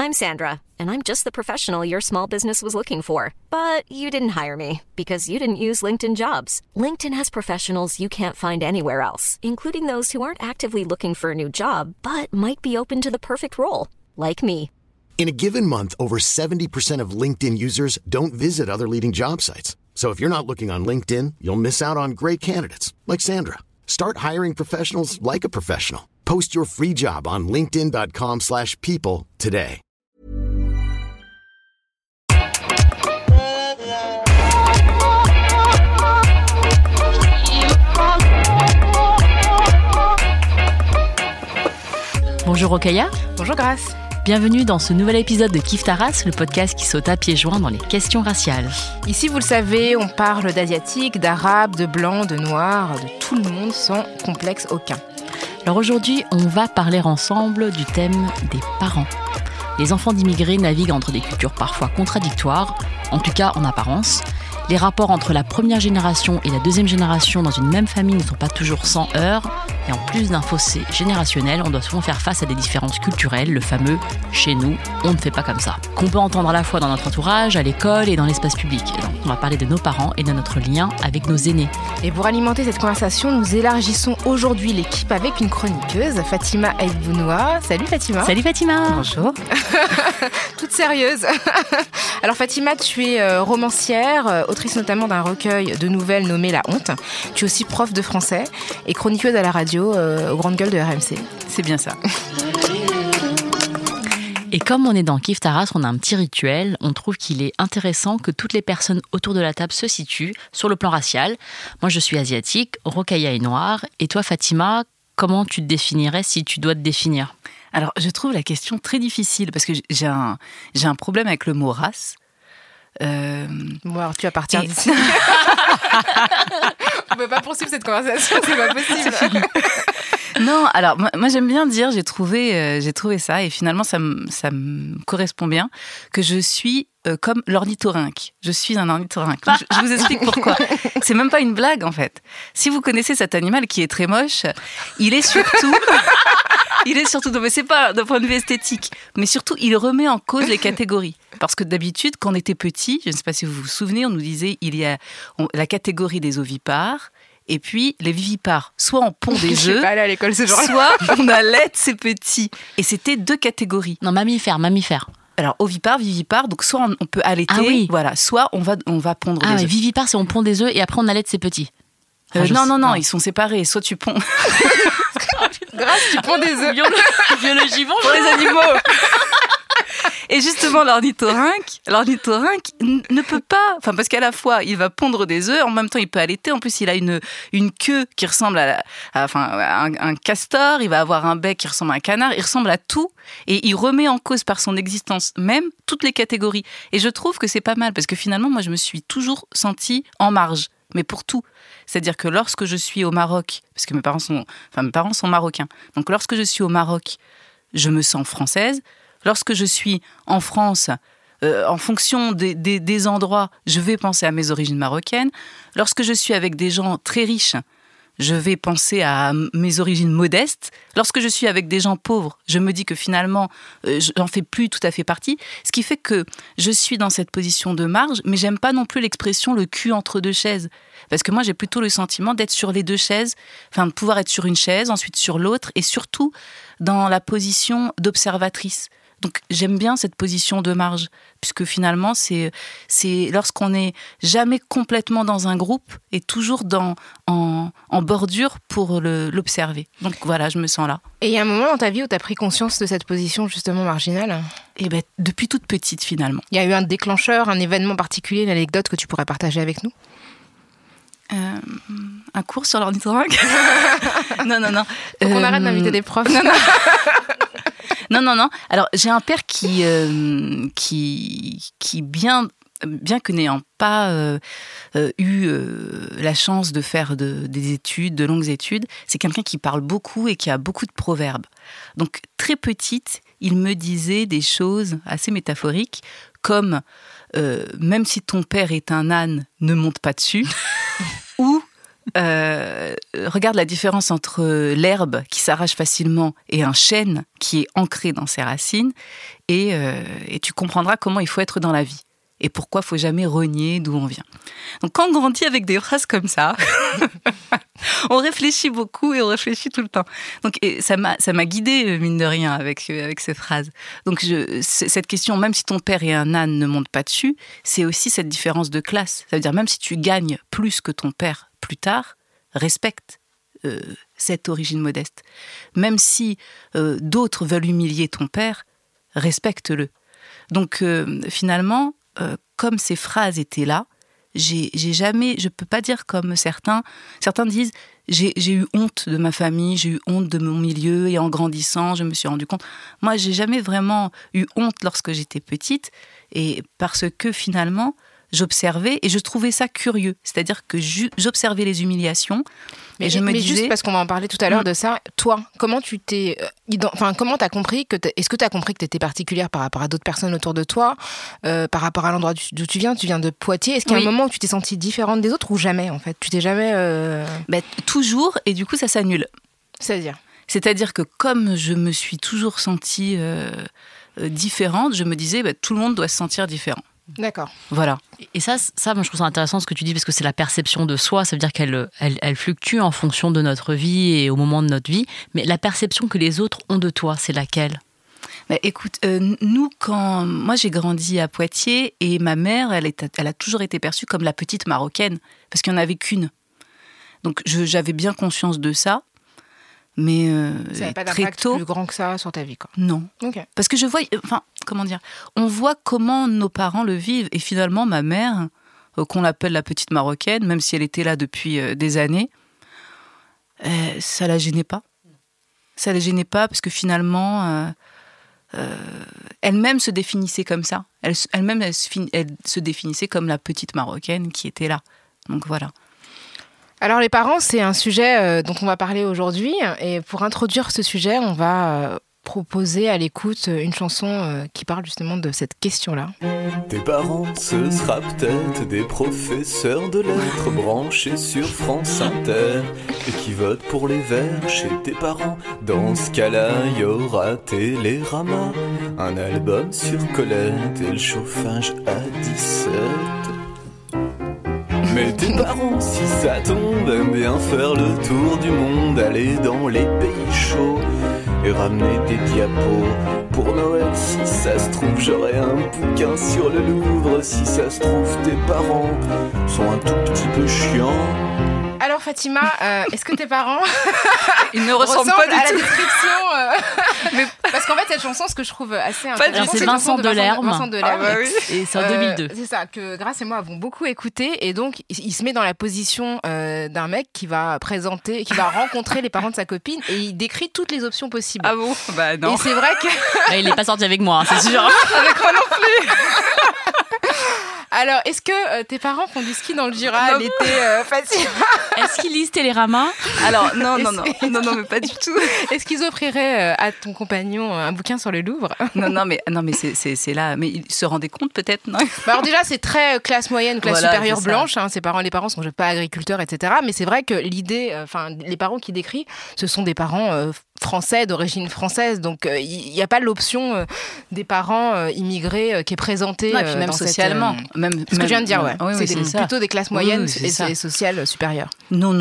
I'm Sandra, and I'm just the professional your small business was looking for. But you didn't hire me because you didn't use LinkedIn Jobs. LinkedIn has professionals you can't find anywhere else, including those who aren't actively looking for a new job, but might be open to the perfect role, like me. In a given month, over 70% of LinkedIn users don't visit other leading job sites. So if you're not looking on LinkedIn, you'll miss out on great candidates like Sandra. Start hiring professionals like a professional. Post your free job on linkedin.com/people today. Bonjour Rokhaya. Bonjour Grace. Bienvenue dans ce nouvel épisode de Kiffe ta race, le podcast qui saute à pieds joints dans les questions raciales. Ici, vous le savez, on parle d'asiatiques, d'arabes, de blancs, de noirs, de tout le monde sans complexe aucun. Alors aujourd'hui, on va parler ensemble du thème des parents. Les enfants d'immigrés naviguent entre des cultures parfois contradictoires, en tout cas en apparence. Les rapports entre la première génération et la deuxième génération dans une même famille ne sont pas toujours sans heurts. Et en plus d'un fossé générationnel, on doit souvent faire face à des différences culturelles, le fameux « chez nous, on ne fait pas comme ça », qu'on peut entendre à la fois dans notre entourage, à l'école et dans l'espace public. Et donc, on va parler de nos parents et de notre lien avec nos aînés. Et pour alimenter cette conversation, nous élargissons aujourd'hui l'équipe avec une chroniqueuse, Fatima Aït-Bounoua. Salut Fatima. Salut Fatima. Bonjour. Toute sérieuse. Alors Fatima, tu es romancière, autrice notamment d'un recueil de nouvelles nommé La Honte. Tu es aussi prof de français et chroniqueuse à la radio aux grandes gueules de RMC. C'est bien ça. Et comme on est dans Kiffe ta race, on a un petit rituel. On trouve qu'il est intéressant que toutes les personnes autour de la table se situent sur le plan racial. Moi, je suis asiatique, Rokhaya est noire. Et toi, Fatima, comment tu te définirais si tu dois te définir ? Alors, je trouve la question très difficile parce que j'ai un problème avec le mot race. Bon, alors tu vas partir d'ici. On ne peut pas poursuivre cette conversation, c'est pas possible. Non, alors moi j'aime bien dire, j'ai trouvé ça et finalement ça me correspond bien, que je suis comme l'ornithorynque. Je suis un ornithorynque. Je vous explique pourquoi. C'est même pas une blague en fait. Si vous connaissez cet animal qui est très moche, il est surtout, non, mais c'est pas d'un point de vue esthétique, mais surtout il remet en cause les catégories. Parce que d'habitude, quand on était petit, je ne sais pas si vous vous souvenez, on nous disait il y a la catégorie des ovipares. Et puis, les vivipares, soit on pond des œufs, je suis pas allée à l'école ce jour-là. Soit on allait ses petits. Et c'était deux catégories. Non, mammifères. Alors, ovipare, vivipare, donc soit on peut allaiter, voilà, soit on va pondre des œufs. Ah oui, vivipare, c'est on pond des œufs et après on allaite ses petits. Non, ils sont séparés. Soit tu ponds... Grâce, tu ponds des œufs. Biologie, pour les animaux. Et justement, l'ornithorynque ne peut pas, parce qu'à la fois, il va pondre des œufs, en même temps, il peut allaiter. En plus, il a une queue qui ressemble à un castor, il va avoir un bec qui ressemble à un canard, il ressemble à tout. Et il remet en cause par son existence même toutes les catégories. Et je trouve que c'est pas mal, parce que finalement, moi, je me suis toujours sentie en marge. Mais pour tout. C'est-à-dire que lorsque je suis au Maroc, parce que mes parents sont marocains, donc lorsque je suis au Maroc, je me sens française. Lorsque je suis en France, en fonction des endroits, je vais penser à mes origines marocaines. Lorsque je suis avec des gens très riches, je vais penser à mes origines modestes. Lorsque je suis avec des gens pauvres, je me dis que finalement, j'en fais plus tout à fait partie. Ce qui fait que je suis dans cette position de marge, mais j'aime pas non plus l'expression « le cul entre deux chaises ». Parce que moi, j'ai plutôt le sentiment d'être sur les deux chaises, de pouvoir être sur une chaise, ensuite sur l'autre, et surtout dans la position d'observatrice. Donc, j'aime bien cette position de marge, puisque finalement, c'est lorsqu'on n'est jamais complètement dans un groupe et toujours en bordure pour l'observer. Donc voilà, je me sens là. Et il y a un moment dans ta vie où tu as pris conscience de cette position justement marginale ? Eh bien, depuis toute petite, finalement. Il y a eu un déclencheur, un événement particulier, une anecdote que tu pourrais partager avec nous ? Un cours sur l'ornithorynque ? Non. Faut qu'on arrête d'inviter des profs. Non. Alors, j'ai un père qui bien que n'ayant pas eu la chance de faire des études, de longues études, c'est quelqu'un qui parle beaucoup et qui a beaucoup de proverbes. Donc, très petite, il me disait des choses assez métaphoriques, comme même si ton père est un âne, ne monte pas dessus, ou regarde la différence entre l'herbe qui s'arrache facilement et un chêne qui est ancré dans ses racines, et tu comprendras comment il faut être dans la vie. Et pourquoi il ne faut jamais renier d'où on vient. Donc quand on grandit avec des phrases comme ça, on réfléchit beaucoup et on réfléchit tout le temps. Donc ça m'a guidée, mine de rien, avec ces phrases. Donc cette question, même si ton père est un âne, ne monte pas dessus, c'est aussi cette différence de classe. Ça veut dire même si tu gagnes plus que ton père plus tard, respecte cette origine modeste. Même si d'autres veulent humilier ton père, respecte-le. Donc finalement, comme ces phrases étaient là, j'ai jamais, je peux pas dire comme certains disent, j'ai eu honte de ma famille, j'ai eu honte de mon milieu, et en grandissant, je me suis rendu compte. Moi, j'ai jamais vraiment eu honte lorsque j'étais petite, et parce que finalement, j'observais et je trouvais ça curieux. C'est-à-dire que j'observais les humiliations et je me disais... juste parce qu'on va en parler tout à l'heure de ça, toi, comment tu t'es... comment t'as compris que... Est-ce que t'as compris que t'étais particulière par rapport à d'autres personnes autour de toi, par rapport à l'endroit d'où tu viens de Poitiers? Est-ce qu'il y a un moment où tu t'es sentie différente des autres ou jamais, en fait? Tu t'es jamais... toujours, et du coup, ça s'annule. C'est-à-dire que comme je me suis toujours sentie différente, je me disais, tout le monde doit se sentir différent. D'accord. Voilà. Et ça, moi, je trouve ça intéressant ce que tu dis, parce que c'est la perception de soi. Ça veut dire qu'elle fluctue en fonction de notre vie et au moment de notre vie. Mais la perception que les autres ont de toi, c'est laquelle? Écoute, moi j'ai grandi à Poitiers et ma mère, elle a toujours été perçue comme la petite Marocaine, parce qu'il n'y en avait qu'une. Donc j'avais bien conscience de ça. Mais ça n'avait pas très d'impact tôt, plus grand que ça sur ta vie, quoi. Non. Okay. Parce que je vois, on voit comment nos parents le vivent. Et finalement, ma mère, qu'on l'appelle la petite Marocaine, même si elle était là depuis des années, ça la gênait pas. Ça la gênait pas parce que finalement, elle-même se définissait comme ça. Elle se définissait comme la petite Marocaine qui était là. Donc voilà. Alors les parents, c'est un sujet dont on va parler aujourd'hui, et pour introduire ce sujet, on va proposer à l'écoute une chanson qui parle justement de cette question-là. Tes parents, ce sera peut-être des professeurs de lettres branchés sur France Inter et qui votent pour les Verts chez tes parents. Dans ce cas-là, il y aura Télérama, un album sur Colette et le chauffage à 17. Mais tes parents, si ça tombe, aiment bien faire le tour du monde, aller dans les pays chauds et ramener des diapos. Pour Noël, si ça se trouve, j'aurai un bouquin sur le Louvre. Si ça se trouve, tes parents sont un tout petit peu chiants. Alors Fatima, est-ce que tes parents ils ne ressemblent pas du à tout la description mais... Parce qu'en fait cette chanson, ce que je trouve assez intéressant, c'est Vincent Delerme. Et c'est en 2002. C'est ça que Grâce et moi avons beaucoup écouté, et donc il se met dans la position d'un mec qui va rencontrer les parents de sa copine, et il décrit toutes les options possibles. Ah bon? Bah non. Et c'est vrai que il n'est pas sorti avec moi, hein, c'est sûr. Avec moi non plus. Alors, est-ce que tes parents font du ski dans le Jura l'été, Fatima? Est-ce qu'ils lisent Télérama? Alors, non, mais pas du tout. Est-ce qu'ils offriraient à ton compagnon un bouquin sur le Louvre? Non, mais c'est là. Mais ils se rendaient compte, peut-être, non? Alors déjà, c'est très classe moyenne, classe supérieure blanche. Hein, les parents sont pas agriculteurs, etc. Mais c'est vrai que l'idée, les parents qu'il décrit, ce sont des parents français, d'origine française. Donc, il n'y a pas l'option des parents immigrés qui est présentée. Non, et puis même dans socialement. Ce que je viens de dire, ouais. Oui, c'est plutôt des classes moyennes et sociales supérieures. Non.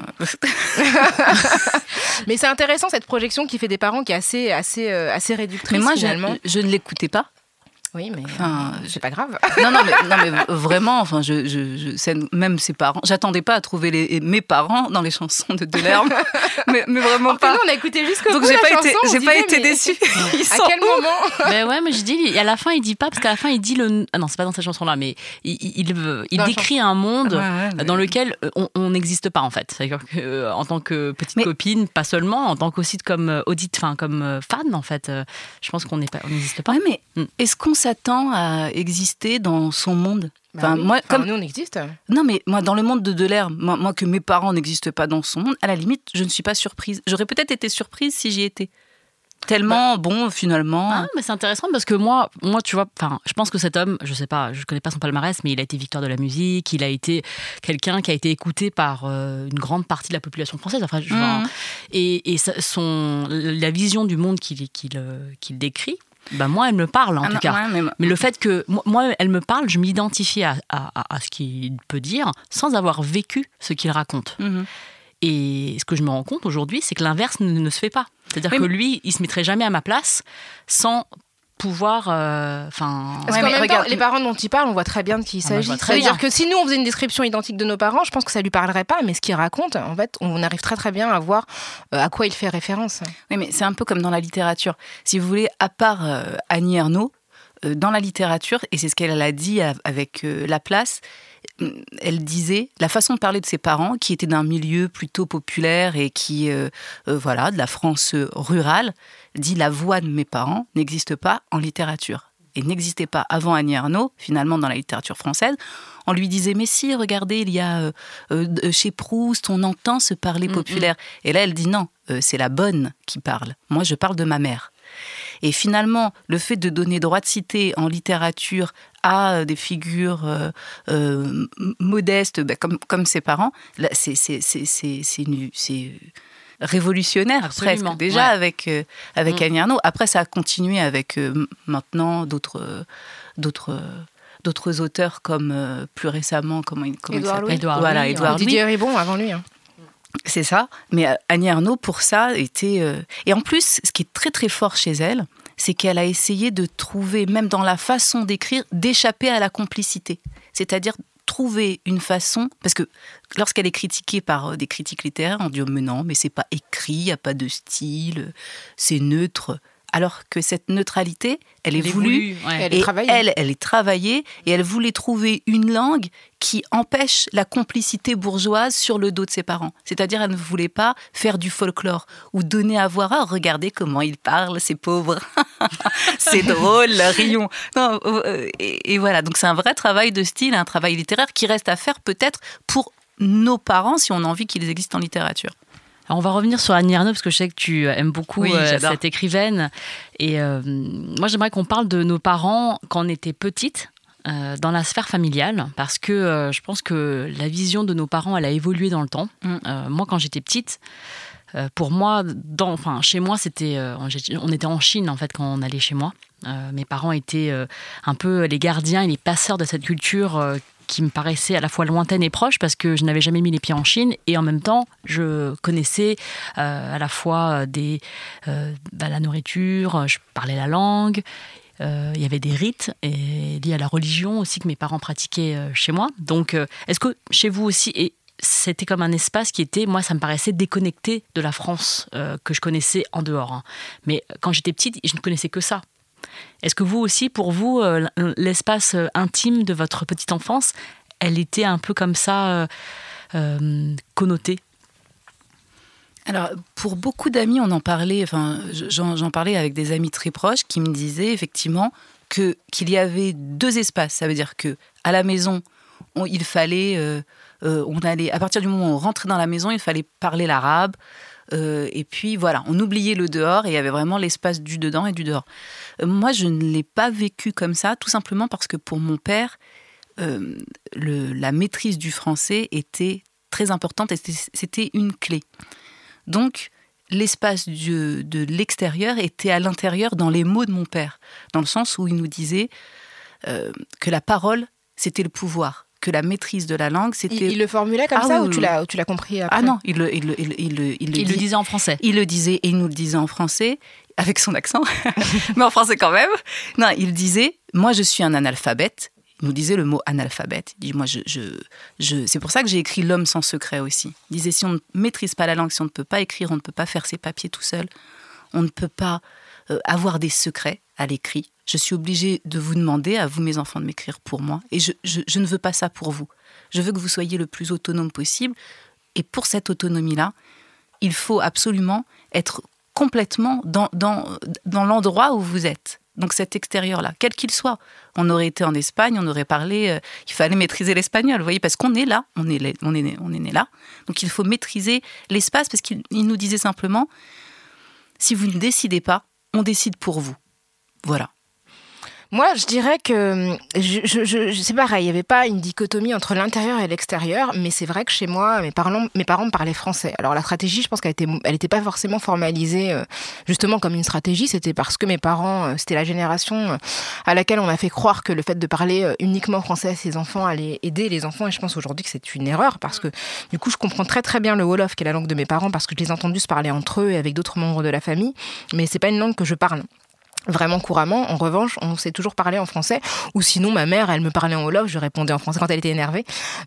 Mais c'est intéressant cette projection qui fait des parents qui est assez réductrice. Mais moi, finalement. je ne l'écoutais pas. Oui, mais c'est pas grave. Non, mais vraiment, même ses parents, j'attendais pas à trouver mes parents dans les chansons de Delerme, mais vraiment pas. Nous, on a écouté jusqu'au bout. Donc j'ai pas été déçue. À quel moment? Ben ouais, mais je dis, à la fin, il dit pas, parce qu'à la fin, il dit non, c'est pas dans cette chanson-là, mais il décrit un monde dans lequel on n'existe pas, en fait. C'est-à-dire que, en tant que petite copine, pas seulement, en tant qu'aussi comme comme fan, en fait, je pense qu'on n'existe pas. Oui, mais est-ce qu'on s'attend à exister dans son monde? Nous, on existe. Non, mais moi, dans le monde de Delerme, moi que mes parents n'existent pas dans son monde, à la limite, je ne suis pas surprise. J'aurais peut-être été surprise si j'y étais. Tellement finalement. Ah, mais c'est intéressant parce que moi, tu vois, je pense que cet homme, je sais pas, je connais pas son palmarès, mais il a été victoire de la musique, il a été quelqu'un qui a été écouté par une grande partie de la population française. Et la vision du monde qu'il décrit. Moi, elle me parle en tout cas. Ouais, mais le fait que moi, elle me parle, je m'identifie à ce qu'il peut dire sans avoir vécu ce qu'il raconte. Et ce que je me rends compte aujourd'hui, c'est que l'inverse ne se fait pas. C'est-à-dire que lui, il se mettrait jamais à ma place sans pouvoir... Parce qu'en même temps, les parents dont il parle, on voit très bien de qui il s'agit. C'est-à-dire que si nous, on faisait une description identique de nos parents, je pense que ça lui parlerait pas, mais ce qu'il raconte, en fait, on arrive très très bien à voir à quoi il fait référence. Oui, mais c'est un peu comme dans la littérature. Si vous voulez, à part Annie Ernaux, dans la littérature, et c'est ce qu'elle a dit avec Laplace, elle disait la façon de parler de ses parents, qui étaient d'un milieu plutôt populaire et qui, de la France rurale, dit la voix de mes parents n'existe pas en littérature. Et n'existait pas avant Annie Ernaux, finalement, dans la littérature française. On lui disait, mais si, regardez, il y a chez Proust, on entend ce parler populaire. Et là, elle dit non, c'est la bonne qui parle. Moi, je parle de ma mère. Et finalement, le fait de donner droit de cité en littérature à des figures modestes, comme ses parents, là, c'est révolutionnaire. Absolument, presque. Déjà avec Annie Ernaux. Après, ça a continué avec maintenant d'autres auteurs comme plus récemment, comment il s'appelle ? Édouard Louis. Didier Ribon avant lui. C'est ça, mais Annie Ernaux, pour ça, était... Et en plus, ce qui est très très fort chez elle, c'est qu'elle a essayé de trouver, même dans la façon d'écrire, d'échapper à la complicité. C'est-à-dire trouver une façon... Parce que lorsqu'elle est critiquée par des critiques littéraires, on dit « mais non, mais c'est pas écrit, il n'y a pas de style, c'est neutre ». Alors que cette neutralité, elle est voulue, elle est travaillée. Elle est travaillée et elle voulait trouver une langue qui empêche la complicité bourgeoise sur le dos de ses parents. C'est-à-dire, elle ne voulait pas faire du folklore ou donner à voir, ah, regardez comment ils parlent, ces pauvres. C'est drôle, rions. Non, et voilà, donc c'est un vrai travail de style, un travail littéraire qui reste à faire peut-être pour nos parents si on a envie qu'ils existent en littérature. Alors on va revenir sur Annie Ernaux parce que je sais que tu aimes beaucoup cette écrivaine. Et moi, j'aimerais qu'on parle de nos parents quand on était petites, dans la sphère familiale, parce que je pense que la vision de nos parents, elle a évolué dans le temps. Moi, quand j'étais petite, pour moi, chez moi, on était en Chine en fait quand on allait chez moi. Mes parents étaient un peu les gardiens et les passeurs de cette culture qui me paraissait à la fois lointaine et proche parce que je n'avais jamais mis les pieds en Chine et en même temps je connaissais à la fois la nourriture, je parlais la langue, il y avait des rites liés à la religion aussi que mes parents pratiquaient chez moi. Donc est-ce que chez vous aussi, c'était comme un espace qui était, moi ça me paraissait déconnecté de la France que je connaissais en dehors, hein. Mais quand j'étais petite, je ne connaissais que ça. Est-ce que vous aussi, pour vous, l'espace intime de votre petite enfance, elle était un peu comme ça connotée ? Alors, pour beaucoup d'amis, on en parlait, j'en parlais avec des amis très proches qui me disaient effectivement qu'il y avait deux espaces. Ça veut dire qu'à la maison, il fallait, on allait, à partir du moment où on rentrait dans la maison, il fallait parler l'arabe. Et puis voilà, on oubliait le dehors et il y avait vraiment l'espace du dedans et du dehors. Moi, je ne l'ai pas vécu comme ça, tout simplement parce que pour mon père, la maîtrise du français était très importante et c'était une clé. Donc, l'espace de l'extérieur était à l'intérieur dans les mots de mon père, dans le sens où il nous disait que la parole, c'était le pouvoir. Que la maîtrise de la langue, c'était... Il le formulait comme ça, oui, ou tu l'as compris après ? Ah non, il le disait en français. Il le disait, et il nous le disait en français, avec son accent, mais en français quand même. Non, il disait, moi je suis un analphabète. Il nous disait le mot analphabète. Il dit, moi, c'est pour ça que j'ai écrit L'homme sans secret aussi. Il disait, si on ne maîtrise pas la langue, si on ne peut pas écrire, on ne peut pas faire ses papiers tout seul, on ne peut pas avoir des secrets à l'écrit. Je suis obligée de vous demander, à vous mes enfants, de m'écrire pour moi. Et je ne veux pas ça pour vous. Je veux que vous soyez le plus autonome possible. Et pour cette autonomie-là, il faut absolument être complètement dans l'endroit où vous êtes. Donc cet extérieur-là, quel qu'il soit. On aurait été en Espagne, on aurait parlé, il fallait maîtriser l'espagnol, vous voyez, parce qu'on est là, on est né là. Donc il faut maîtriser l'espace, parce qu'il nous disait simplement, si vous ne décidez pas, on décide pour vous. Voilà. Moi, je dirais que c'est pareil, il n'y avait pas une dichotomie entre l'intérieur et l'extérieur, mais c'est vrai que chez moi, mes parents me parlaient français. Alors la stratégie, je pense qu'elle était pas forcément formalisée justement comme une stratégie, c'était parce que mes parents, c'était la génération à laquelle on a fait croire que le fait de parler uniquement français à ses enfants allait aider les enfants, et je pense aujourd'hui que c'est une erreur, parce que du coup, je comprends très très bien le Wolof, qui est la langue de mes parents, parce que je les ai entendus se parler entre eux et avec d'autres membres de la famille, mais c'est pas une langue que je parle vraiment couramment. En revanche, on sait toujours parler en français, ou sinon ma mère, elle me parlait en Wolof, je répondais en français quand elle était énervée.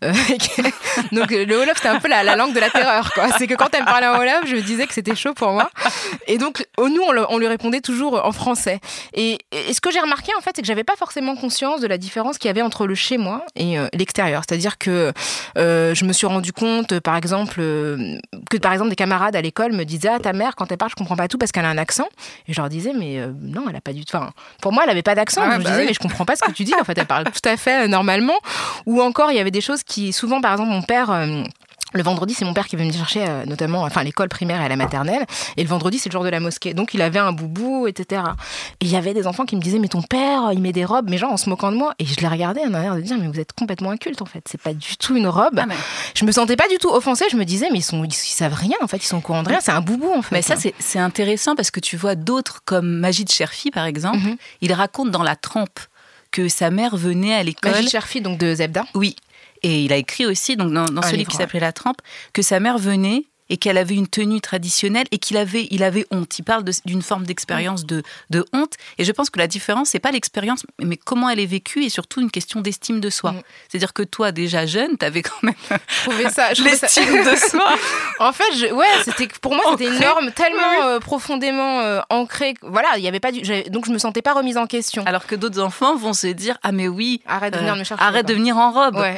Donc le Wolof, c'était un peu la langue de la terreur, quoi. C'est que quand elle me parlait en Wolof, je me disais que c'était chaud pour moi. Et donc nous, on lui répondait toujours en français. Et ce que j'ai remarqué, en fait, c'est que j'avais pas forcément conscience de la différence qu'il y avait entre le chez moi et l'extérieur. C'est-à-dire que je me suis rendu compte, par exemple, que des camarades à l'école me disaient « Ah, ta mère, quand elle parle, je comprends pas tout parce qu'elle a un accent. » Et je leur disais « Mais non, elle a pas du tout... » Enfin, pour moi, elle avait pas d'accent. Je me disais « Mais je comprends pas ce que tu dis. » En fait, elle parle tout à fait normalement. Ou encore, il y avait des choses qui... Souvent, par exemple, mon père... Le vendredi, c'est mon père qui venait me chercher, notamment, à l'école primaire et à la maternelle. Et le vendredi, c'est le jour de la mosquée. Donc, il avait un boubou, etc. Et il y avait des enfants qui me disaient, mais ton père, il met des robes, mais genre en se moquant de moi. Et je les regardais, on a l'air de dire, mais vous êtes complètement inculte, en fait. C'est pas du tout une robe. Ah, mais... Je me sentais pas du tout offensée. Je me disais, mais ils savent rien, en fait. Ils sont au courant de rien. C'est un boubou, en fait. Mais ça, c'est intéressant parce que tu vois d'autres, comme Majid Cherfi, par exemple. Mm-hmm. Il raconte dans La Trempe que sa mère venait à l'école. Majid Cherfi, donc de Zebda. Oui. Et il a écrit aussi, donc dans ce livre qui s'appelait La Trempe, que sa mère venait et qu'elle avait une tenue traditionnelle et il avait honte. Il parle d'une forme d'expérience de honte. Et je pense que la différence, c'est pas l'expérience, mais comment elle est vécue et surtout une question d'estime de soi. C'est-à-dire que toi, déjà jeune, t'avais quand même l'estime de soi. En fait, pour moi, c'était une norme tellement profondément ancrée. Voilà, il y avait pas donc je me sentais pas remise en question. Alors que d'autres enfants vont se dire, ah mais oui, arrête de venir me chercher. Arrête de venir en robe. Ouais.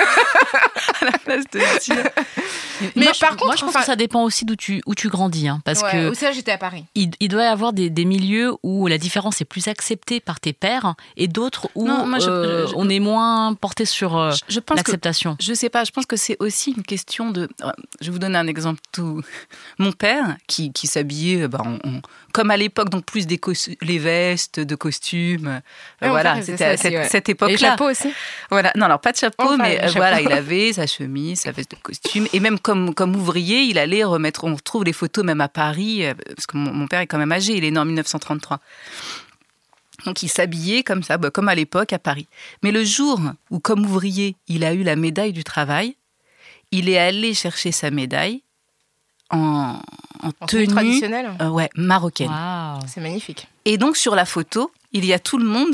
À la place de dire. Mais par contre, je pense que ça dépend aussi où tu grandis, hein, parce que ça, j'étais à Paris. Il doit y avoir des milieux où la différence est plus acceptée par tes pairs et d'autres où on est moins porté sur l'acceptation. Je sais pas, je pense que c'est aussi une question de... Je vais vous donner un exemple tout... Mon père, qui s'habillait comme à l'époque, donc plus les vestes de costumes. Voilà, c'était cette époque-là. Et les chapeaux aussi. Voilà, non, alors pas de chapeau, mais voilà, il avait sa chemise, sa veste de costume, et même comme ouvrier, il allait remettre, on retrouve les photos même à Paris, parce que mon père est quand même âgé, il est né en 1933. Donc il s'habillait comme ça, comme à l'époque à Paris. Mais le jour où, comme ouvrier, il a eu la médaille du travail, il est allé chercher sa médaille en tenue traditionnelle, marocaine. Wow. C'est magnifique. Et donc sur la photo, il y a tout le monde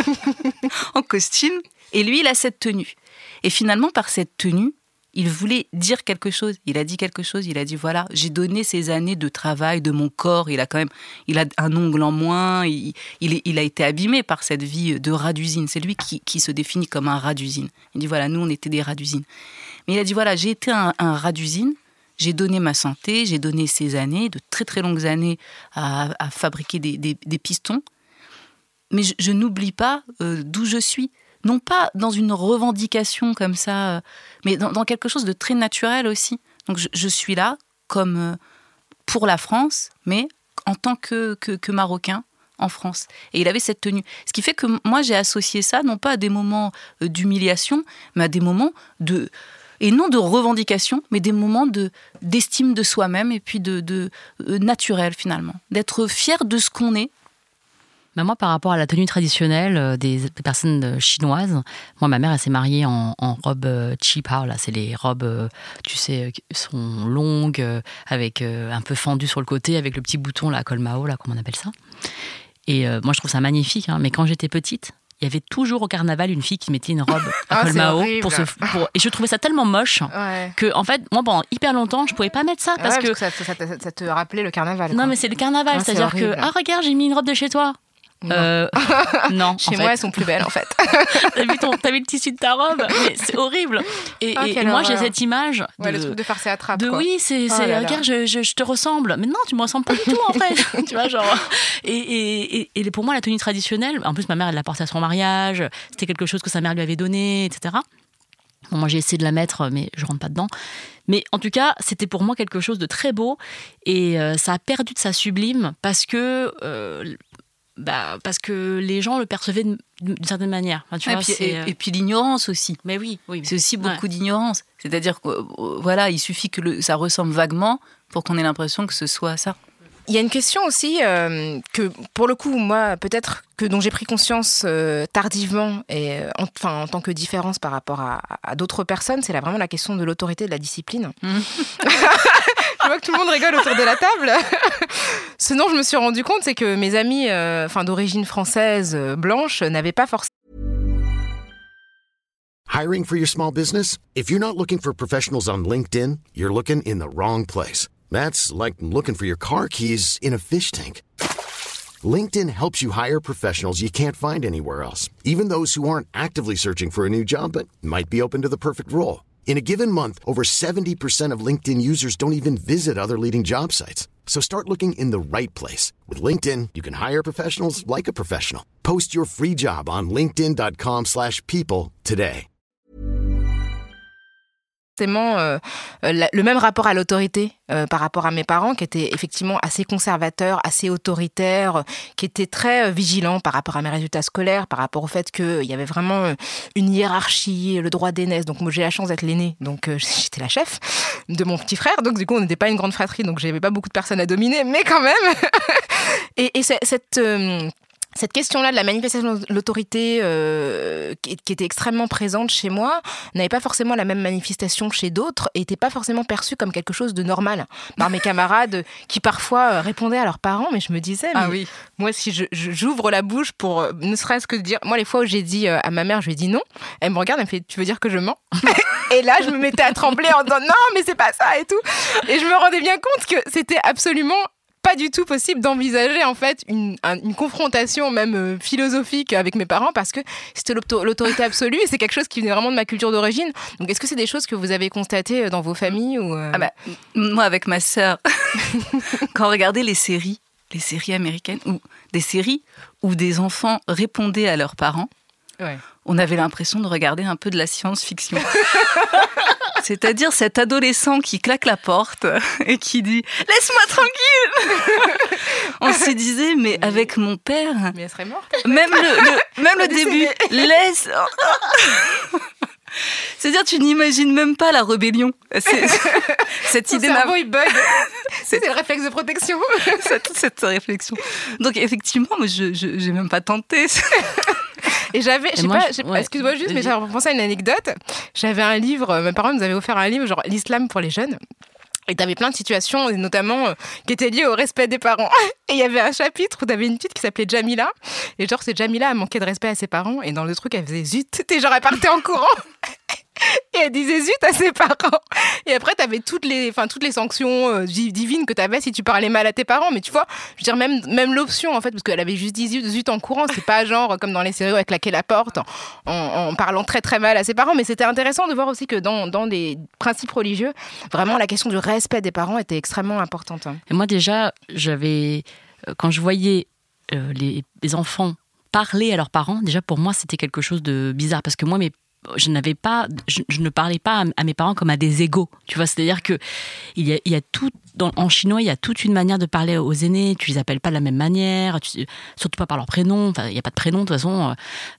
en costume, et lui, il a cette tenue. Et finalement, par cette tenue, il voulait dire quelque chose. Il a dit quelque chose. Il a dit, voilà, j'ai donné ces années de travail, de mon corps. Il a un ongle en moins. Il a été abîmé par cette vie de rat d'usine. C'est lui qui se définit comme un rat d'usine. Il dit, voilà, nous, on était des rats d'usine. Mais il a dit, voilà, j'ai été un rat d'usine. J'ai donné ma santé. J'ai donné ces années, de très, très longues années, à fabriquer des pistons. Mais je n'oublie pas d'où je suis. Non pas dans une revendication comme ça, mais dans quelque chose de très naturel aussi. Donc je suis là comme pour la France, mais en tant que Marocain en France. Et il avait cette tenue. Ce qui fait que moi, j'ai associé ça, non pas à des moments d'humiliation, mais à des moments et non de revendication, mais des moments d'estime de soi-même et puis de naturel finalement. D'être fier de ce qu'on est. Bah moi, par rapport à la tenue traditionnelle des personnes chinoises, moi, ma mère, elle s'est mariée en robe qipao, là, c'est les robes, tu sais, qui sont longues, avec un peu fendues sur le côté, avec le petit bouton, là, col Mao, là, comme on appelle ça. Et moi, je trouve ça magnifique, hein, mais quand j'étais petite, il y avait toujours au carnaval une fille qui mettait une robe à col Mao et je trouvais ça tellement moche que en fait moi pendant hyper longtemps je pouvais pas mettre ça parce que ça te rappelait le carnaval. Non mais c'est le carnaval, c'est-à-dire que regarde, j'ai mis une robe de chez toi. Non. Chez moi, elles sont plus belles en fait. T'as vu le tissu de ta robe, mais c'est horrible. Et moi, j'ai cette image. Le truc de farce et attrape. Oui, c'est regarde, je te ressemble. Mais non, tu me ressembles pas du tout en fait. Tu vois, genre. Et pour moi, la tenue traditionnelle, en plus, ma mère, elle l'a portée à son mariage. C'était quelque chose que sa mère lui avait donné, etc. Bon, moi, j'ai essayé de la mettre, mais je rentre pas dedans. Mais en tout cas, c'était pour moi quelque chose de très beau et ça a perdu de sa sublime parce que les gens le percevaient d'une certaine manière. Enfin, tu vois, et puis l'ignorance aussi. Mais oui. C'est aussi beaucoup d'ignorance. C'est-à-dire que voilà, il suffit que ça ressemble vaguement pour qu'on ait l'impression que ce soit ça. Il y a une question aussi que, pour le coup, moi, peut-être que dont j'ai pris conscience tardivement, et en tant que différence par rapport à d'autres personnes, c'est vraiment la question de l'autorité et de la discipline. Je vois que tout le monde rigole autour de la table. Ce dont je me suis rendu compte, c'est que mes amis d'origine française, blanche, n'avaient pas forcément... Hiring for your small business? If you're not looking for professionals on LinkedIn, you're looking in the wrong place. That's like looking for your car keys in a fish tank. LinkedIn helps you hire professionals you can't find anywhere else, even those who aren't actively searching for a new job but might be open to the perfect role. In a given month, over 70% of LinkedIn users don't even visit other leading job sites. So start looking in the right place. With LinkedIn, you can hire professionals like a professional. Post your free job on linkedin.com/people today. Le même rapport à l'autorité par rapport à mes parents, qui étaient effectivement assez conservateurs, assez autoritaires, qui étaient très vigilants par rapport à mes résultats scolaires, par rapport au fait qu'il y avait vraiment une hiérarchie, le droit d'aînesse. Donc moi j'ai la chance d'être l'aînée, donc j'étais la chef de mon petit frère, donc du coup on n'était pas une grande fratrie, donc j'avais pas beaucoup de personnes à dominer, mais quand même. et cette question-là de la manifestation de l'autorité qui était extrêmement présente chez moi n'avait pas forcément la même manifestation chez d'autres et n'était pas forcément perçue comme quelque chose de normal par mes camarades qui parfois répondaient à leurs parents, mais je me disais, moi si j'ouvre la bouche pour ne serait-ce que dire, moi les fois où j'ai dit à ma mère, je lui ai dit non, elle me regarde, elle me fait, tu veux dire que je mens? Et là je me mettais à trembler en disant non mais c'est pas ça et tout, et je me rendais bien compte que c'était absolument pas du tout possible d'envisager en fait une confrontation même philosophique avec mes parents parce que c'était l'autorité absolue et c'est quelque chose qui venait vraiment de ma culture d'origine. Donc est-ce que c'est des choses que vous avez constatées dans vos familles ou moi avec ma sœur, quand on regardait les séries américaines ou des séries où des enfants répondaient à leurs parents, on avait l'impression de regarder un peu de la science-fiction. C'est-à-dire cet adolescent qui claque la porte et qui dit « Laisse-moi tranquille !» On se disait, mais avec mon père... Mais elle serait morte. Même le début. Laisse... C'est-à-dire, tu n'imagines même pas la rébellion. Cette idée... Ton cerveau, il bug. C'est le réflexe de protection. Toute cette réflexion. Donc, effectivement, moi, je n'ai même pas tenté... Et j'avais, excuse-moi juste, mais j'avais pensé à une anecdote. J'avais un livre, mes parents nous avaient offert un livre, genre l'islam pour les jeunes. Et t'avais plein de situations, notamment qui étaient liées au respect des parents. Et il y avait un chapitre où t'avais une petite qui s'appelait Jamila. Et genre, cette Jamila, elle manquait de respect à ses parents. Et dans le truc, elle faisait zut. Et genre, elle partait en courant. Et elle disait zut à ses parents. Et après, t'avais toutes les sanctions divines que t'avais si tu parlais mal à tes parents. Mais tu vois, je veux dire, même l'option, en fait, parce qu'elle avait juste dit zut en courant. C'est pas genre comme dans les séries où elle claquait la porte en parlant très très mal à ses parents. Mais c'était intéressant de voir aussi que dans des principes religieux, vraiment, la question du respect des parents était extrêmement importante. Et moi, déjà, quand je voyais les enfants parler à leurs parents, déjà pour moi, c'était quelque chose de bizarre. Parce que moi, je ne parlais pas à mes parents comme à des égaux, tu vois, c'est-à-dire que il y a tout en chinois, il y a toute une manière de parler aux aînés, tu les appelles pas de la même manière, surtout pas par leur prénom, enfin il y a pas de prénom de toute façon,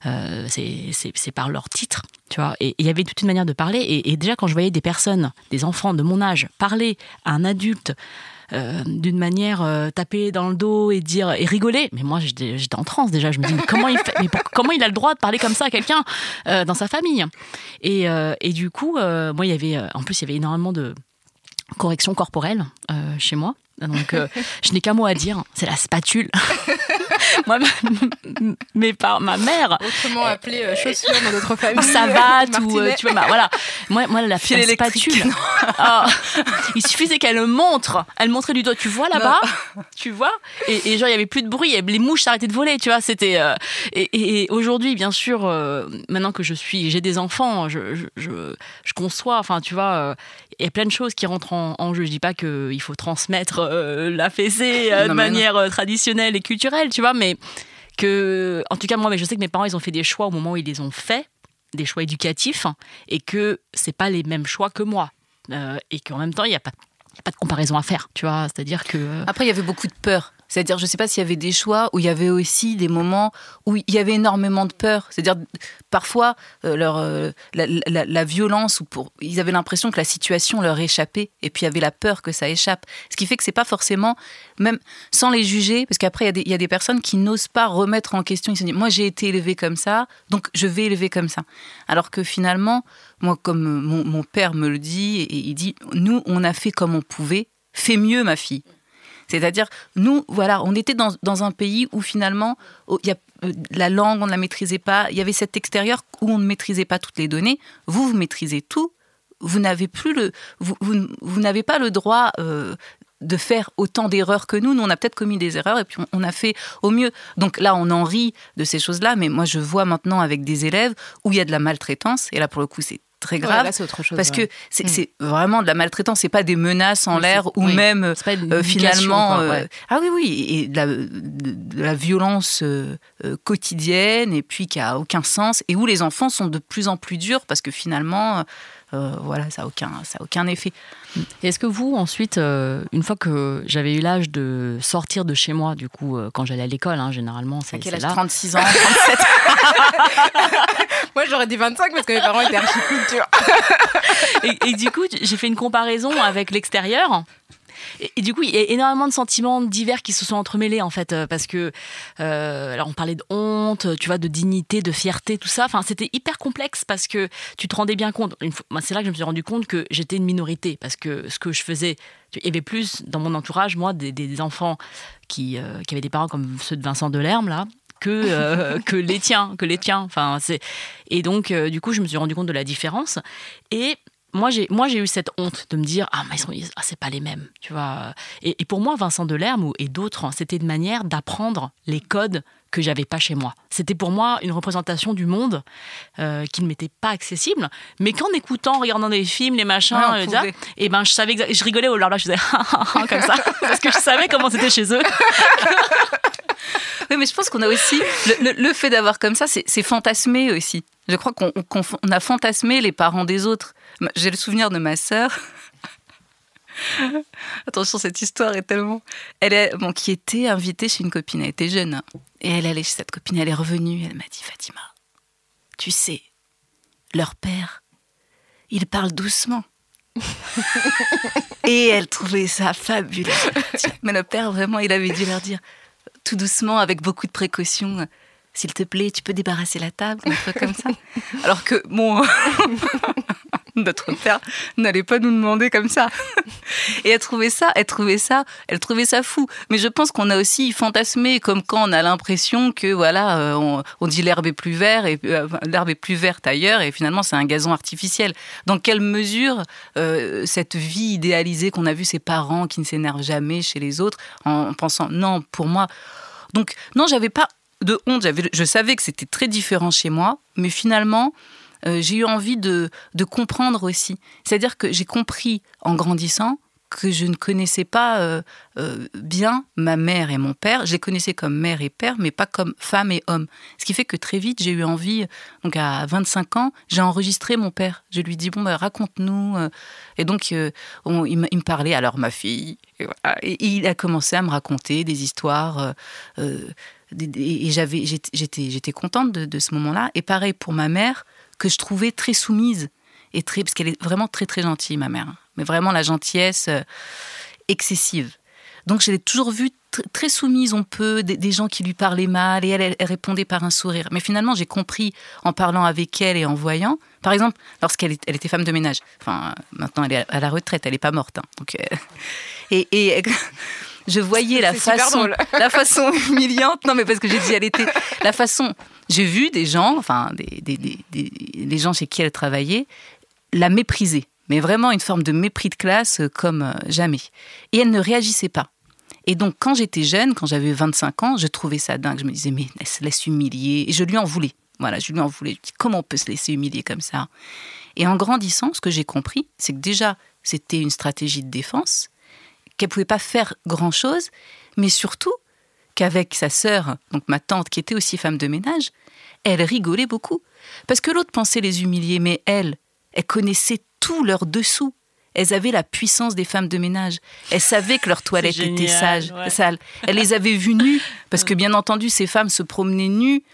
c'est par leur titre, tu vois, et il y avait toute une manière de parler et déjà quand je voyais des enfants de mon âge parler à un adulte d'une manière taper dans le dos et dire et rigoler, mais moi j'étais en transe déjà, je me dis mais comment il fait, comment il a le droit de parler comme ça à quelqu'un dans sa famille et du coup moi il y avait énormément de corrections corporelles chez moi, donc je n'ai qu'un mot à dire, c'est la spatule. Moi, ma mère, autrement appelée chaussure dans notre famille, savate ou tu vois, voilà. Moi la spatule. Il suffisait qu'elle elle montrait du doigt. Tu vois là-bas, tu vois. Et genre il y avait plus de bruit, les mouches s'arrêtaient de voler. Tu vois, c'était. Et aujourd'hui, bien sûr, maintenant que j'ai des enfants, je conçois. Enfin, tu vois, il y a plein de choses qui rentrent en jeu. Je dis pas qu'il faut transmettre la fessée de manière traditionnelle et culturelle, tu vois, mais que, en tout cas, moi, je sais que mes parents, ils ont fait des choix au moment où ils les ont faits, des choix éducatifs, et que c'est pas les mêmes choix que moi. et qu'en même temps, il n'y a pas de comparaison à faire, tu vois. C'est-à-dire que... Après, il y avait beaucoup de peur. C'est-à-dire, je ne sais pas s'il y avait des choix où il y avait aussi des moments où il y avait énormément de peur. C'est-à-dire, parfois, la violence, ils avaient l'impression que la situation leur échappait. Et puis, il y avait la peur que ça échappe. Ce qui fait que ce n'est pas forcément, même sans les juger, parce qu'après, il y a des personnes qui n'osent pas remettre en question. Ils se disent, moi, j'ai été élevée comme ça, donc je vais élever comme ça. Alors que finalement, moi, comme mon père me le dit, et il dit, nous, on a fait comme on pouvait, fais mieux, ma fille. C'est-à-dire, nous, voilà, on était dans un pays où finalement, la langue, on ne la maîtrisait pas. Il y avait cet extérieur où on ne maîtrisait pas toutes les données. Vous maîtrisez tout. Vous n'avez pas le droit de faire autant d'erreurs que nous. Nous, on a peut-être commis des erreurs et puis on a fait au mieux. Donc là, on en rit de ces choses-là. Mais moi, je vois maintenant avec des élèves où il y a de la maltraitance. Et là, pour le coup, c'est très grave. Ouais, là, c'est autre chose, parce que c'est vraiment de la maltraitance. C'est pas des menaces en l'air ou même finalement. Ah oui, et de la violence quotidienne et puis qui a aucun sens et où les enfants sont de plus en plus durs parce que finalement, voilà, ça a aucun effet. Et est-ce que vous, ensuite, une fois que j'avais eu l'âge de sortir de chez moi, du coup, quand j'allais à l'école, généralement, c'est quel âge, là. 36 ans, 37. Moi, j'aurais dit 25 parce que mes parents étaient archiculture. et du coup, j'ai fait une comparaison avec l'extérieur. Et du coup, il y a énormément de sentiments divers qui se sont entremêlés, en fait, parce que, alors on parlait de honte, tu vois, de dignité, de fierté, tout ça. Enfin, c'était hyper complexe parce que tu te rendais bien compte. C'est là que je me suis rendu compte que j'étais une minorité, parce que ce que je faisais, il y avait plus dans mon entourage, moi, des enfants qui avaient des parents comme ceux de Vincent Delerme, là, que les tiens. Enfin, et donc, du coup, je me suis rendu compte de la différence. Et moi, j'ai eu cette honte de me dire c'est pas les mêmes, tu vois. Et pour moi, Vincent Delerme et d'autres, c'était une manière d'apprendre les codes que j'avais pas chez moi. C'était pour moi une représentation du monde qui ne m'était pas accessible, mais qu'en écoutant, en regardant des films, les machins, et ben je savais, je rigolais au là, je faisais comme ça parce que je savais comment c'était chez eux. Oui, mais je pense qu'on a aussi le fait d'avoir comme ça, c'est fantasmé aussi. Je crois qu'on a fantasmé les parents des autres. J'ai le souvenir de ma sœur. Attention, cette histoire est tellement... qui était invitée chez une copine, elle était jeune. Et elle allait chez cette copine, elle est revenue, elle m'a dit, Fatima, tu sais, leur père, il parle doucement. Et elle trouvait ça fabuleux. Mais le père, vraiment, il avait dû leur dire, tout doucement, avec beaucoup de précautions, s'il te plaît, tu peux débarrasser la table, un truc comme ça. Alors que, notre père n'allait pas nous demander comme ça. Et elle trouvait ça fou. Mais je pense qu'on a aussi fantasmé, comme quand on a l'impression que, voilà, on dit l'herbe est plus verte, et l'herbe est plus verte ailleurs, et finalement, c'est un gazon artificiel. Dans quelle mesure cette vie idéalisée qu'on a vu ses parents qui ne s'énervent jamais chez les autres, en pensant, non, pour moi... Donc, non, j'avais pas de honte. Je savais que c'était très différent chez moi, mais finalement... j'ai eu envie de comprendre aussi. C'est-à-dire que j'ai compris, en grandissant, que je ne connaissais pas bien ma mère et mon père. Je les connaissais comme mère et père, mais pas comme femme et homme. Ce qui fait que très vite, j'ai eu envie, donc à 25 ans, j'ai enregistré mon père. Je lui dis, raconte-nous. Et donc, il me parlait, alors ma fille, et voilà. Et il a commencé à me raconter des histoires... et j'étais contente de ce moment-là. Et pareil pour ma mère, que je trouvais très soumise, parce qu'elle est vraiment très très gentille, ma mère, mais vraiment la gentillesse excessive. Donc je l'ai toujours vue très soumise, des gens qui lui parlaient mal, et elle répondait par un sourire. Mais finalement, j'ai compris en parlant avec elle et en voyant, par exemple, lorsqu'elle était femme de ménage, enfin maintenant elle est à la retraite, elle n'est pas morte, donc, et je voyais la façon humiliante. Non, mais parce que j'ai dit, la façon. J'ai vu des gens, enfin, des gens chez qui elle travaillait, la mépriser. Mais vraiment une forme de mépris de classe comme jamais. Et elle ne réagissait pas. Et donc, quand j'étais jeune, quand j'avais 25 ans, je trouvais ça dingue. Je me disais, mais elle se laisse humilier. Et je lui en voulais. Voilà, je lui en voulais. Je me dis, comment on peut se laisser humilier comme ça ? Et en grandissant, ce que j'ai compris, c'est que déjà, c'était une stratégie de défense, qu'elle ne pouvait pas faire grand-chose, mais surtout qu'avec sa sœur, donc ma tante, qui était aussi femme de ménage, elle rigolait beaucoup. Parce que l'autre pensait les humilier, mais elle connaissait tout leur dessous. elles avaient la puissance des femmes de ménage. Elles savaient que leur toilette était sale. Elles les avaient vues nues, parce que bien entendu, ces femmes se promenaient nues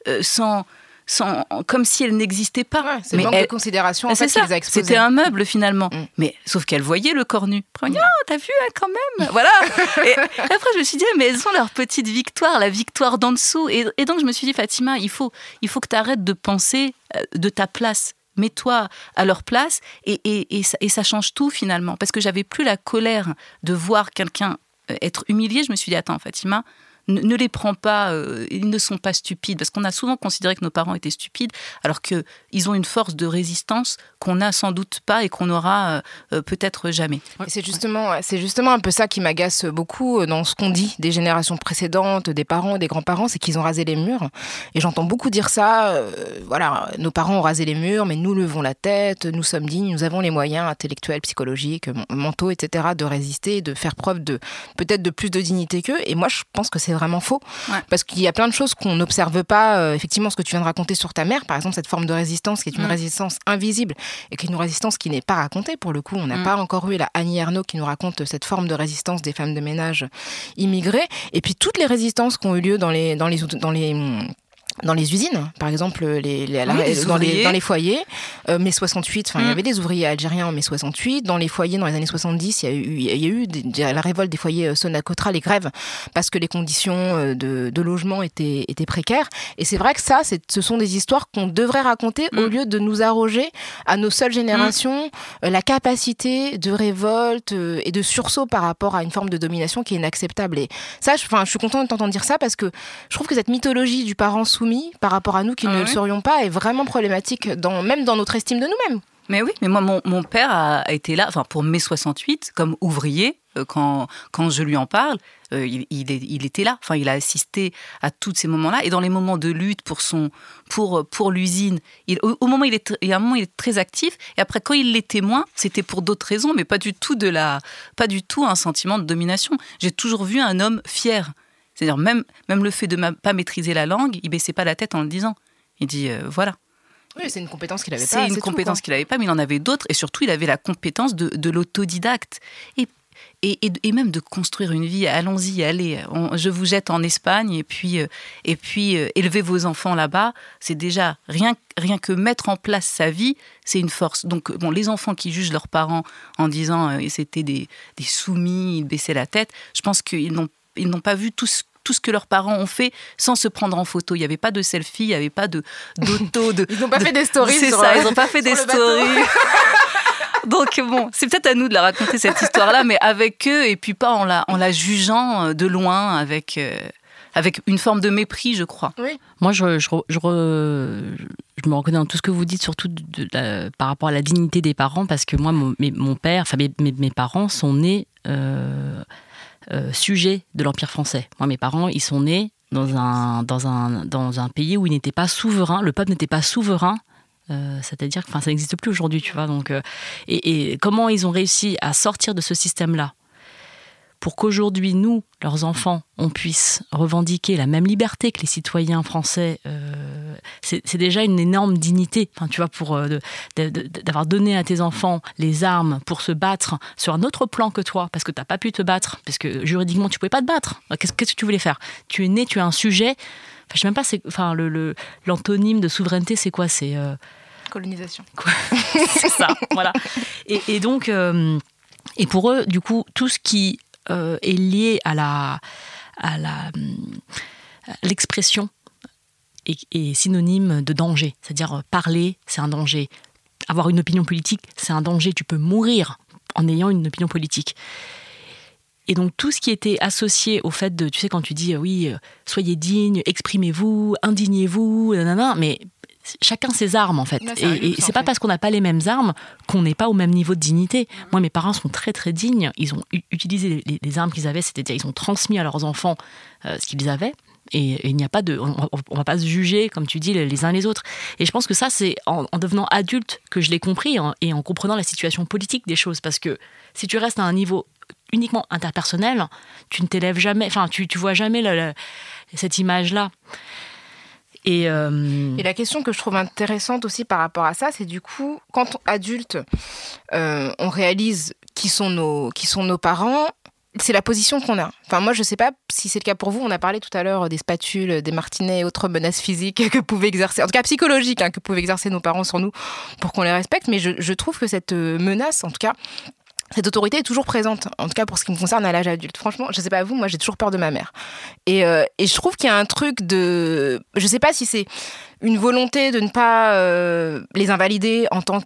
comme si elles n'existaient pas. Ouais, c'est manque de considération en fait qui les a exposées. C'était un meuble finalement. Mais sauf qu'elles voyaient le corps nu. Après on dit t'as vu quand même. Voilà. Et après je me suis dit mais elles ont leur petite victoire, la victoire d'en dessous. Et donc je me suis dit Fatima, il faut que tu arrêtes de penser de ta place. Mets-toi à leur place et ça change tout finalement. Parce que j'avais plus la colère de voir quelqu'un être humilié. Je me suis dit attends Fatima, ne les prends pas, ils ne sont pas stupides. Parce qu'on a souvent considéré que nos parents étaient stupides, alors qu'ils ont une force de résistance qu'on n'a sans doute pas et qu'on n'aura peut-être jamais. Et c'est justement un peu ça qui m'agace beaucoup dans ce qu'on dit des générations précédentes, des parents, des grands-parents, c'est qu'ils ont rasé les murs. Et j'entends beaucoup dire ça, voilà, nos parents ont rasé les murs, mais nous levons la tête, nous sommes dignes, nous avons les moyens intellectuels, psychologiques, mentaux, etc., de résister, de faire preuve peut-être de plus de dignité qu'eux. Et moi, je pense que c'est vraiment faux. Ouais. Parce qu'il y a plein de choses qu'on n'observe pas. Effectivement, ce que tu viens de raconter sur ta mère, par exemple, cette forme de résistance qui est une résistance invisible et qui est une résistance qui n'est pas racontée. Pour le coup, on n'a pas encore eu la Annie Ernaux qui nous raconte cette forme de résistance des femmes de ménage immigrées. Et puis toutes les résistances qui ont eu lieu dans les usines, par exemple, dans les foyers, mai 68, il y avait des ouvriers algériens en mai 68. Dans les foyers, dans les années 70, il y a eu la révolte des foyers Sonacotra, les grèves, parce que les conditions de logement étaient précaires. Et c'est vrai que ce sont des histoires qu'on devrait raconter au lieu de nous arroger à nos seules générations la capacité de révolte et de sursaut par rapport à une forme de domination qui est inacceptable. Et ça, je suis contente de t'entendre dire ça parce que je trouve que cette mythologie du parent soumis par rapport à nous qui ne le serions pas est vraiment problématique, même dans notre estime de nous-mêmes. Mais oui, mais moi, mon père a été là, pour mai 68, comme ouvrier, quand je lui en parle, il était là. Il a assisté à tous ces moments-là. Et dans les moments de lutte pour l'usine, il y a un moment, il est très actif. Et après, quand il l'était moins, c'était pour d'autres raisons, mais pas du tout un sentiment de domination. J'ai toujours vu un homme fier. C'est-à-dire même le fait de ne pas maîtriser la langue, il ne baissait pas la tête en le disant. Il dit, voilà. Oui, c'est une compétence qu'il n'avait pas. C'est une compétence qu'il n'avait pas, mais il en avait d'autres. Et surtout, il avait la compétence de l'autodidacte. Et même de construire une vie. Allons-y, allez. Je vous jette en Espagne et puis élevez vos enfants là-bas. C'est déjà rien que mettre en place sa vie, c'est une force. Donc, les enfants qui jugent leurs parents en disant c'était des soumis, ils baissaient la tête, je pense qu'ils n'ont pas vu tout ce que leurs parents ont fait sans se prendre en photo. Il n'y avait pas de selfie, il n'y avait pas d'auto. Ils n'ont pas fait des stories. C'est ça, ils n'ont pas fait des stories. Donc c'est peut-être à nous de la raconter cette histoire-là, mais avec eux, et puis pas en la jugeant de loin, avec une forme de mépris, je crois. Oui. Moi, je me reconnais dans tout ce que vous dites, surtout par rapport à la dignité des parents, parce que moi, mon père, mes parents sont nés sujets de l'Empire français. Moi, mes parents, ils sont nés dans un pays où ils n'étaient pas souverains, le peuple n'était pas souverain. C'est-à-dire que ça n'existe plus aujourd'hui, tu vois. Donc, et comment ils ont réussi à sortir de ce système-là pour qu'aujourd'hui, nous, leurs enfants, on puisse revendiquer la même liberté que les citoyens français, c'est déjà une énorme dignité. Tu vois, d'avoir donné à tes enfants les armes pour se battre sur un autre plan que toi, parce que tu n'as pas pu te battre, parce que juridiquement, tu ne pouvais pas te battre. Qu'est-ce que tu voulais faire ? Tu es né, tu es un sujet. Je ne sais même pas, l'antonyme de souveraineté, c'est quoi ? C'est colonisation. C'est ça, voilà. Et donc, et pour eux, du coup, tout ce qui est lié à l'expression est synonyme de danger. C'est-à-dire parler, c'est un danger. Avoir une opinion politique, c'est un danger. Tu peux mourir en ayant une opinion politique. Et donc tout ce qui était associé au fait de, tu sais, quand tu dis oui, soyez digne, exprimez-vous, indignez-vous, nanana, mais chacun ses armes en fait. Et c'est pas parce qu'on n'a pas les mêmes armes qu'on n'est pas au même niveau de dignité. Moi, mes parents sont très très dignes. Ils ont utilisé les armes qu'ils avaient, c'est-à-dire ils ont transmis à leurs enfants ce qu'ils avaient. Et il n'y a pas on va pas se juger, comme tu dis, les uns les autres. Et je pense que ça, c'est en devenant adulte que je l'ai compris, et en comprenant la situation politique des choses. Parce que si tu restes à un niveau uniquement interpersonnel, tu ne t'élèves jamais, tu vois jamais cette image-là. Et la question que je trouve intéressante aussi par rapport à ça, c'est du coup, quand adulte, on réalise qui sont nos parents, c'est la position qu'on a. Enfin, moi, je sais pas si c'est le cas pour vous. On a parlé tout à l'heure des spatules, des martinets et autres menaces physiques que pouvaient exercer, en tout cas psychologiques, que pouvaient exercer nos parents sur nous pour qu'on les respecte. Mais je trouve que cette menace, en tout cas, cette autorité est toujours présente, en tout cas pour ce qui me concerne à l'âge adulte. Franchement, je sais pas vous, moi j'ai toujours peur de ma mère. Et je trouve qu'il y a un truc de... Je sais pas si c'est une volonté de ne pas les invalider en tant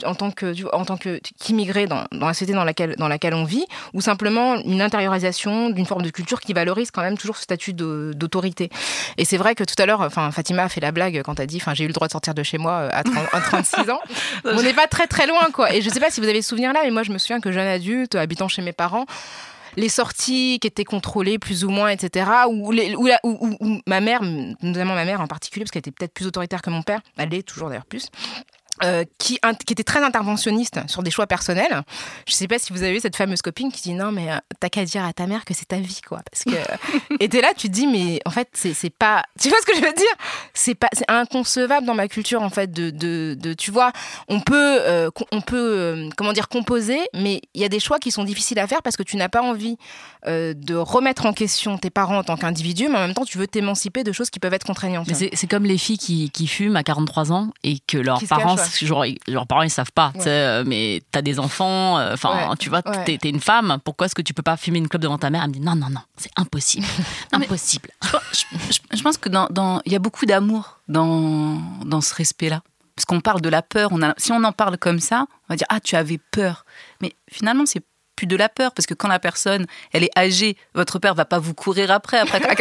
qu'immigrés dans la société dans laquelle on vit, ou simplement une intériorisation d'une forme de culture qui valorise quand même toujours ce statut d'autorité. Et c'est vrai que tout à l'heure, Fatima a fait la blague quand elle a dit j'ai eu le droit de sortir de chez moi à 36 ans. On n'est pas très très loin, quoi. Et je sais pas si vous avez ce souvenir-là, mais moi je me souviens que jeune adulte, habitant chez mes parents, les sorties qui étaient contrôlées plus ou moins, etc., où ma mère, notamment ma mère en particulier, parce qu'elle était peut-être plus autoritaire que mon père, elle l'est toujours d'ailleurs plus, qui était très interventionniste sur des choix personnels. Je sais pas si vous avez vu cette fameuse copine qui dit non mais t'as qu'à dire à ta mère que c'est ta vie, quoi, parce que et t'es là, tu te dis mais en fait c'est pas, tu vois ce que je veux dire, c'est inconcevable dans ma culture en fait de tu vois, on peut comment dire, composer, mais il y a des choix qui sont difficiles à faire parce que tu n'as pas envie de remettre en question tes parents en tant qu'individu, mais en même temps tu veux t'émanciper de choses qui peuvent être contraignantes. Mais c'est comme les filles qui fument à 43 ans et que leurs parents leurs parents ils savent pas, ouais. Mais t'as des enfants, ouais. Tu vois, ouais. T'es une femme, pourquoi est-ce que tu peux pas fumer une clope devant ta mère? Elle me dit non, c'est impossible. Impossible. Je pense que il y a beaucoup d'amour dans ce respect-là. Parce qu'on parle de la peur, si on en parle comme ça, on va dire tu avais peur. Mais finalement, c'est plus de la peur, parce que quand la personne elle est âgée, votre père va pas vous courir après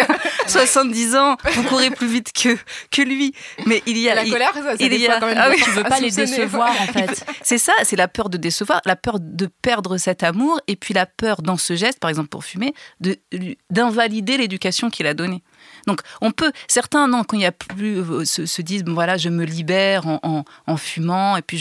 70 ans, vous courez plus vite que lui. Mais il y a la colère, ça il y a quand même tu veux pas les décevoir en fait. C'est ça, c'est la peur de décevoir, la peur de perdre cet amour, et puis la peur dans ce geste, par exemple pour fumer, d'invalider l'éducation qu'il a donnée. Donc certains quand il n'y a plus se disent voilà, je me libère en fumant, et puis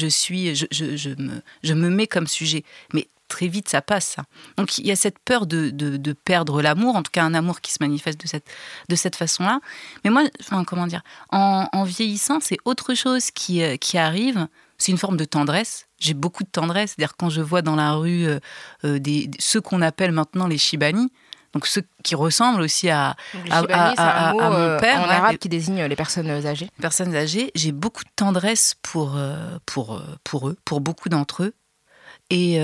je me mets comme sujet. Mais très vite, ça passe, ça. Donc, il y a cette peur de perdre l'amour, en tout cas un amour qui se manifeste de cette façon-là. Mais moi, comment dire, en vieillissant, c'est autre chose qui arrive. C'est une forme de tendresse. J'ai beaucoup de tendresse. C'est-à-dire, quand je vois dans la rue ceux qu'on appelle maintenant les Shibani, donc ceux qui ressemblent aussi à mon père. En arabe qui désigne les personnes âgées. Personnes âgées. J'ai beaucoup de tendresse pour eux, pour beaucoup d'entre eux. Et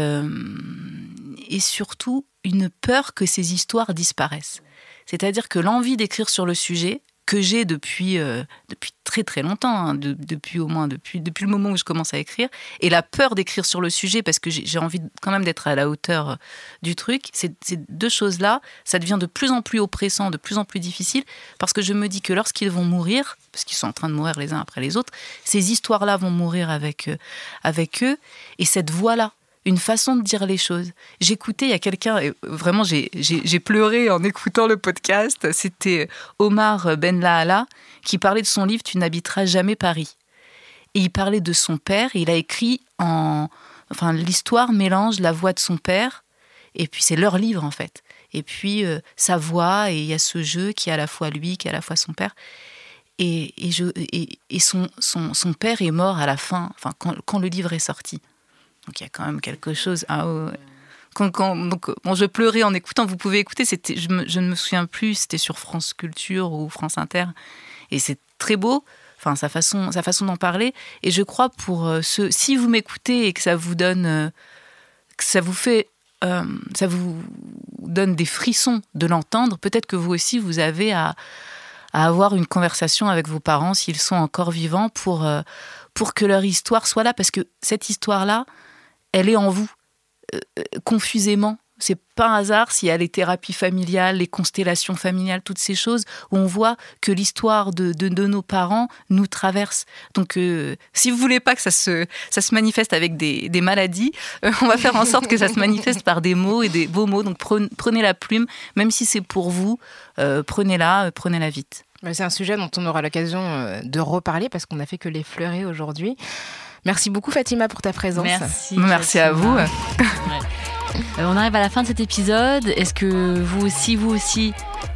surtout, une peur que ces histoires disparaissent. C'est-à-dire que l'envie d'écrire sur le sujet, que j'ai depuis très très longtemps, depuis le moment où je commence à écrire, et la peur d'écrire sur le sujet, parce que j'ai envie quand même d'être à la hauteur du truc, ces deux choses-là, ça devient de plus en plus oppressant, de plus en plus difficile, parce que je me dis que lorsqu'ils vont mourir, parce qu'ils sont en train de mourir les uns après les autres, ces histoires-là vont mourir avec eux, et cette voix-là, une façon de dire les choses. J'écoutais, il y a quelqu'un, et vraiment j'ai pleuré en écoutant le podcast, c'était Omar Ben Laala, qui parlait de son livre « Tu n'habiteras jamais Paris ». Et il parlait de son père, et il a écrit l'histoire mélange la voix de son père, et puis c'est leur livre en fait. Et puis sa voix, et il y a ce jeu qui est à la fois lui, qui est à la fois son père. Et son père est mort à la fin, quand le livre est sorti. Donc il y a quand même quelque chose. Je pleurais en écoutant. Vous pouvez écouter. Je ne me souviens plus. C'était sur France Culture ou France Inter. Et c'est très beau. Sa façon d'en parler. Et je crois pour si vous m'écoutez et que ça vous donne, ça vous donne des frissons de l'entendre. Peut-être que vous aussi vous avez à avoir une conversation avec vos parents s'ils sont encore vivants pour que leur histoire soit là, parce que cette histoire-là, elle est en vous, confusément. C'est pas un hasard s'il y a les thérapies familiales, les constellations familiales, toutes ces choses où on voit que l'histoire de nos parents nous traverse. Donc, si vous voulez pas que ça se manifeste avec des maladies, on va faire en sorte que ça se manifeste par des mots et des beaux mots. Donc, prenez la plume, même si c'est pour vous, prenez-la vite. C'est un sujet dont on aura l'occasion de reparler parce qu'on n'a fait que l'effleurer aujourd'hui. Merci beaucoup Fatima pour ta présence. Merci à vous. On arrive à la fin de cet épisode. Est-ce que vous aussi,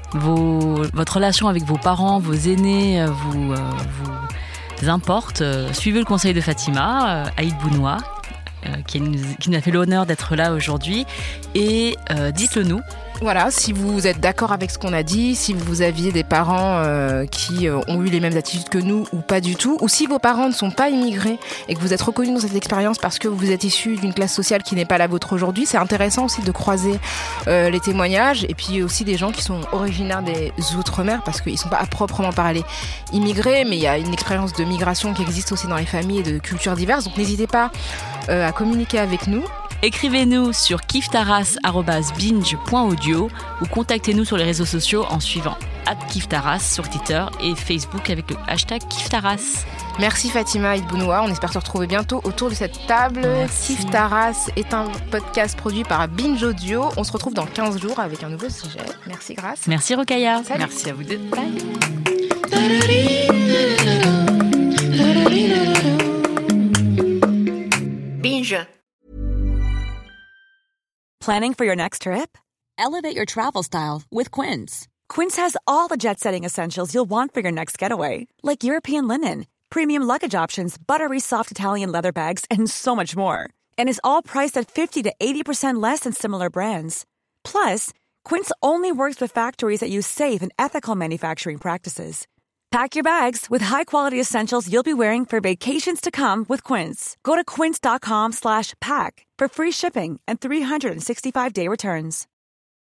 votre relation avec vos parents, vos aînés vous importe, suivez le conseil de Fatima, Aïd Bounoua, qui nous a fait l'honneur d'être là aujourd'hui, et dites-le nous. Voilà, si vous êtes d'accord avec ce qu'on a dit, si vous aviez des parents qui ont eu les mêmes attitudes que nous ou pas du tout, ou si vos parents ne sont pas immigrés et que vous êtes reconnus dans cette expérience parce que vous êtes issus d'une classe sociale qui n'est pas la vôtre aujourd'hui, c'est intéressant aussi de croiser les témoignages et puis aussi des gens qui sont originaires des Outre-mer parce qu'ils ne sont pas à proprement parler immigrés, mais il y a une expérience de migration qui existe aussi dans les familles et de cultures diverses, donc n'hésitez pas à communiquer avec nous. Écrivez-nous sur kiftaras@binge.audio ou contactez-nous sur les réseaux sociaux en suivant @kiftaras sur Twitter et Facebook avec le hashtag Kiftaras. Merci Fatima Idbounoua, on espère te retrouver bientôt autour de cette table. Merci. Kiftaras est un podcast produit par Binge Audio. On se retrouve dans 15 jours avec un nouveau sujet. Merci Grace. Merci Rokhaya. Salut. Merci à vous deux. Bye. Binge. Planning for your next trip? Elevate your travel style with Quince. Quince has all the jet-setting essentials you'll want for your next getaway, like European linen, premium luggage options, buttery soft Italian leather bags, and so much more. And is all priced at 50 to 80% less than similar brands. Plus, Quince only works with factories that use safe and ethical manufacturing practices. Pack your bags with high-quality essentials you'll be wearing for vacations to come with Quince. Go to quince.com/pack for free shipping and 365-day returns.